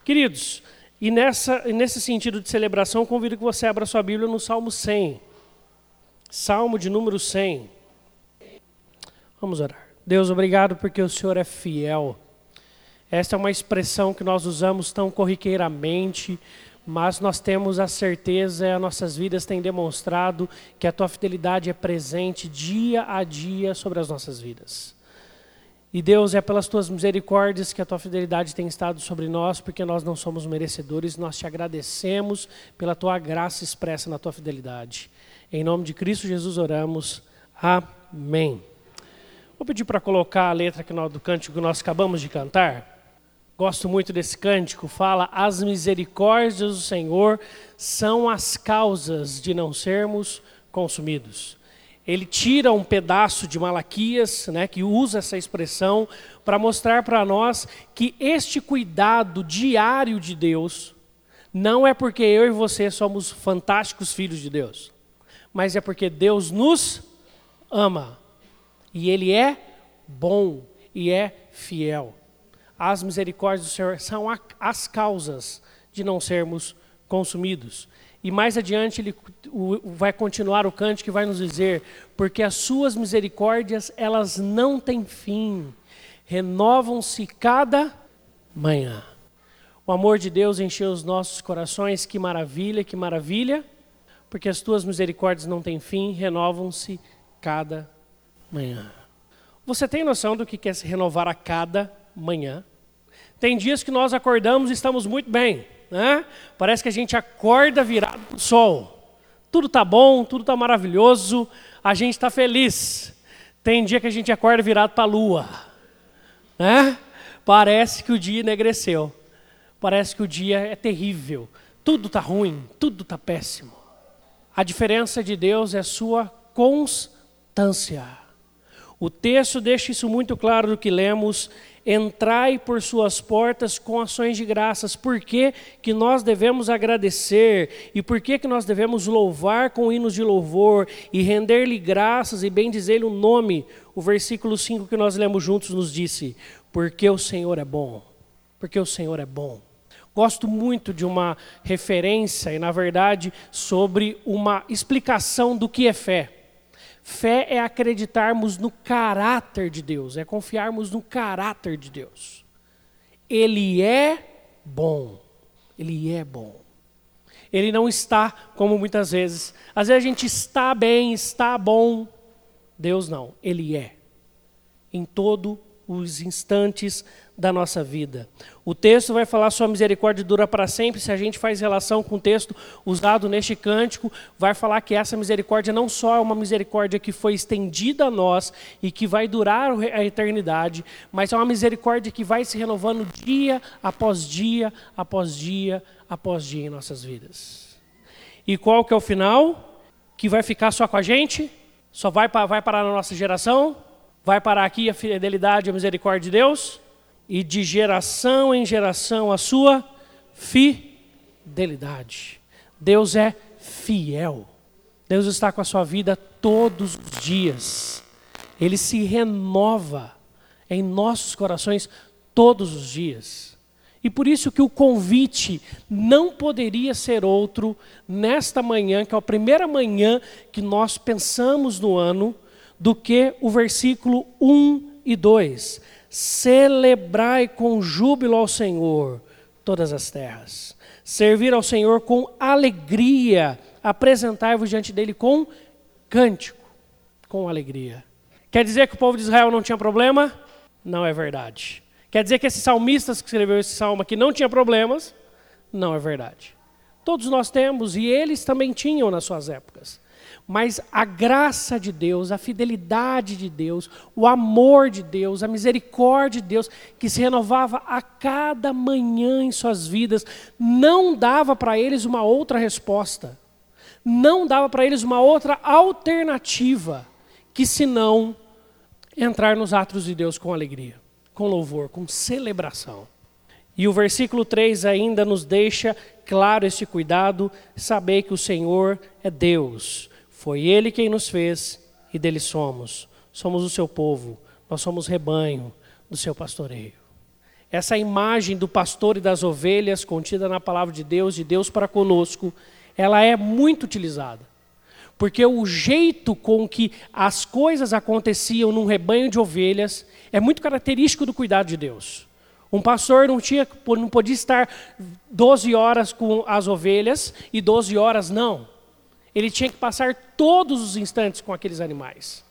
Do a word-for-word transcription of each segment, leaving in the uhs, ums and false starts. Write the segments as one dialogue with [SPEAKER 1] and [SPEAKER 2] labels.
[SPEAKER 1] Queridos, e nessa, nesse sentido de celebração, convido que você abra sua Bíblia no Salmo cem. Salmo de número cem. Vamos orar. Deus, obrigado porque o Senhor é fiel. Esta é uma expressão que nós usamos tão corriqueiramente, mas nós temos a certeza, e as nossas vidas têm demonstrado que a Tua fidelidade é presente dia a dia sobre as nossas vidas. E Deus, é pelas Tuas misericórdias que a Tua fidelidade tem estado sobre nós, porque nós não somos merecedores, nós Te agradecemos pela Tua graça expressa na Tua fidelidade. Em nome de Cristo Jesus oramos. Amém. Vou pedir para colocar a letra que nós, do cântico que nós acabamos de cantar. Gosto muito desse cântico, fala: as misericórdias do Senhor são as causas de não sermos consumidos. Ele tira um pedaço de Malaquias, né, que usa essa expressão para mostrar para nós que este cuidado diário de Deus não é porque eu e você somos fantásticos filhos de Deus, mas é porque Deus nos ama e Ele é bom e é fiel. As misericórdias do Senhor são a, as causas de não sermos consumidos. E mais adiante ele o, vai continuar o cântico que vai nos dizer: porque as suas misericórdias, elas não têm fim, renovam-se cada manhã. O amor de Deus encheu os nossos corações, que maravilha, que maravilha, porque as tuas misericórdias não têm fim, renovam-se cada manhã. Você tem noção do que é se renovar a cada manhã? Tem dias que nós acordamos e estamos muito bem, né? Parece que a gente acorda virado para o sol. Tudo está bom, tudo está maravilhoso, a gente está feliz. Tem dia que a gente acorda virado para a lua, né? Parece que o dia enegreceu. Parece que o dia é terrível. Tudo está ruim, tudo está péssimo. A diferença de Deus é a sua constância. O texto deixa isso muito claro do que lemos: entrai por suas portas com ações de graças. Por que que nós devemos agradecer? E por que que nós devemos louvar com hinos de louvor e render-lhe graças e bendizer-lhe o nome? O versículo cinco que nós lemos juntos nos disse: porque o Senhor é bom. Porque o Senhor é bom. Gosto muito de uma referência e, na verdade, sobre uma explicação do que é fé. Fé é acreditarmos no caráter de Deus, é confiarmos no caráter de Deus. Ele é bom, Ele é bom. Ele não está como muitas vezes. Às vezes a gente está bem, está bom. Deus não, Ele é. Em todos os instantes da nossa vida. O texto vai falar: sua misericórdia dura para sempre. Se a gente faz relação com o texto usado neste cântico, vai falar que essa misericórdia não só é uma misericórdia que foi estendida a nós e que vai durar a eternidade, mas é uma misericórdia que vai se renovando dia após dia, após dia, após dia em nossas vidas. E qual que é o final? Que vai ficar só com a gente? Só vai, vai parar na nossa geração? Vai parar aqui a fidelidade e a misericórdia de Deus? E de geração em geração a sua fidelidade. Deus é fiel. Deus está com a sua vida todos os dias. Ele se renova em nossos corações todos os dias. E por isso que o convite não poderia ser outro nesta manhã, que é a primeira manhã que nós pensamos no ano, do que o versículo um e dois. Celebrai com júbilo ao Senhor todas as terras. Servir ao Senhor com alegria. Apresentai-vos diante dele com cântico, com alegria. Quer dizer que o povo de Israel não tinha problema? Não é verdade. Quer dizer que esses salmistas que escreveu esse salmo aqui não tinha problemas? Não é verdade. Todos nós temos, e eles também tinham nas suas épocas. Mas a graça de Deus, a fidelidade de Deus, o amor de Deus, a misericórdia de Deus, que se renovava a cada manhã em suas vidas, não dava para eles uma outra resposta, não dava para eles uma outra alternativa, que senão entrar nos atos de Deus com alegria, com louvor, com celebração. E o versículo três ainda nos deixa claro esse cuidado: saber que o Senhor é Deus. Foi Ele quem nos fez e dele somos. Somos o seu povo, nós somos rebanho do seu pastoreio. essa imagem do pastor e das ovelhas contida na palavra de Deus, de Deus para conosco, ela é muito utilizada. Porque o jeito com que as coisas aconteciam num rebanho de ovelhas é muito característico do cuidado de Deus. Um pastor não, tinha, não podia estar doze horas com as ovelhas e doze horas não. Ele tinha que passar todos os instantes com aqueles animais.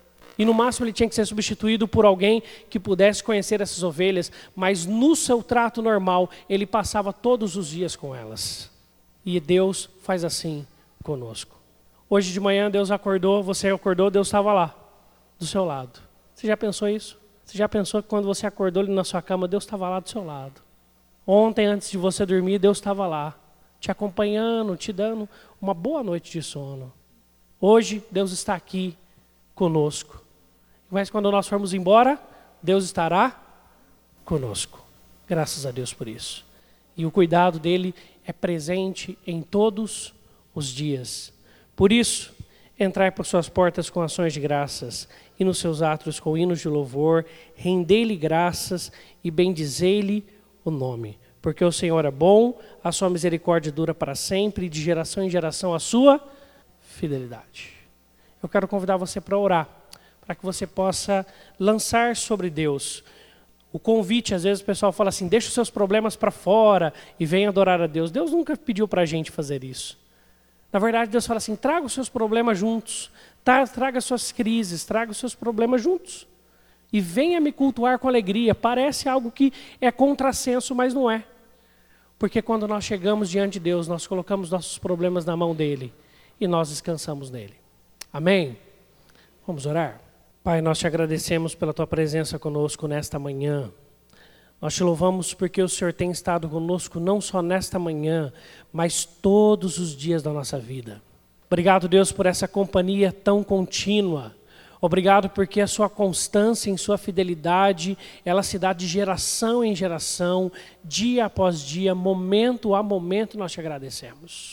[SPEAKER 1] E no máximo ele tinha que ser substituído por alguém que pudesse conhecer essas ovelhas, mas no seu trato normal, ele passava todos os dias com elas. E Deus faz assim conosco. Hoje de manhã Deus acordou, você acordou, Deus estava lá, do seu lado. Você já pensou isso? Você já pensou que quando você acordou ali na sua cama, Deus estava lá do seu lado? Ontem, antes de você dormir, Deus estava lá, te acompanhando, te dando uma boa noite de sono. Hoje, Deus está aqui conosco. Mas quando nós formos embora, Deus estará conosco. Graças a Deus por isso. E o cuidado dele é presente em todos os dias. Por isso, entrai por suas portas com ações de graças, e nos seus átrios com hinos de louvor, rendei-lhe graças e bendizei-lhe o nome. Porque o Senhor é bom, a sua misericórdia dura para sempre, e de geração em geração a sua fidelidade. Eu quero convidar você para orar, para que você possa lançar sobre Deus o convite. Às vezes o pessoal fala assim, deixa os seus problemas para fora e vem adorar a Deus. Deus nunca pediu para a gente fazer isso. Na verdade, Deus fala assim, traga os seus problemas juntos, traga as suas crises, traga os seus problemas juntos. E venha me cultuar com alegria. Parece algo que é contrassenso, mas não é. Porque quando nós chegamos diante de Deus, nós colocamos nossos problemas na mão dEle e nós descansamos nele. Amém? Vamos orar? Pai, nós te agradecemos pela tua presença conosco nesta manhã. Nós te louvamos porque o Senhor tem estado conosco não só nesta manhã, mas todos os dias da nossa vida. Obrigado, Deus, por essa companhia tão contínua. Obrigado porque a sua constância em sua fidelidade, ela se dá de geração em geração, dia após dia, momento a momento, nós te agradecemos.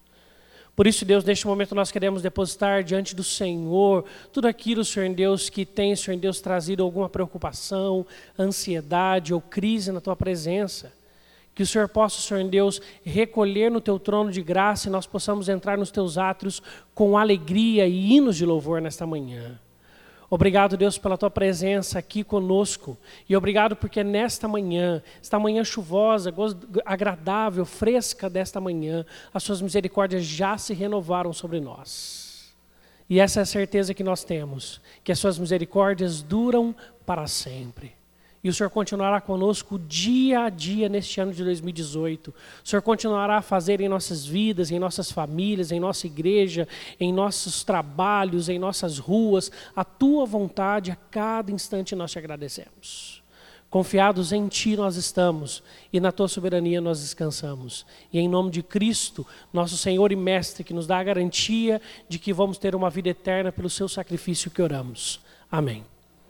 [SPEAKER 1] Por isso, Deus, neste momento nós queremos depositar diante do Senhor tudo aquilo, Senhor Deus, que tem, Senhor Deus, trazido alguma preocupação, ansiedade ou crise na tua presença. Que o Senhor possa, Senhor Deus, recolher no teu trono de graça e nós possamos entrar nos teus átrios com alegria e hinos de louvor nesta manhã. Obrigado, Deus, pela tua presença aqui conosco. E obrigado porque nesta manhã, esta manhã chuvosa, agradável, fresca desta manhã, as suas misericórdias já se renovaram sobre nós. E essa é a certeza que nós temos, que as suas misericórdias duram para sempre. E o Senhor continuará conosco dia a dia neste ano de dois mil e dezoito. O Senhor continuará a fazer em nossas vidas, em nossas famílias, em nossa igreja, em nossos trabalhos, em nossas ruas, a tua vontade a cada instante nós te agradecemos. Confiados em ti nós estamos e na tua soberania nós descansamos. E em nome de Cristo, nosso Senhor e Mestre, que nos dá a garantia de que vamos ter uma vida eterna pelo seu sacrifício que oramos. Amém.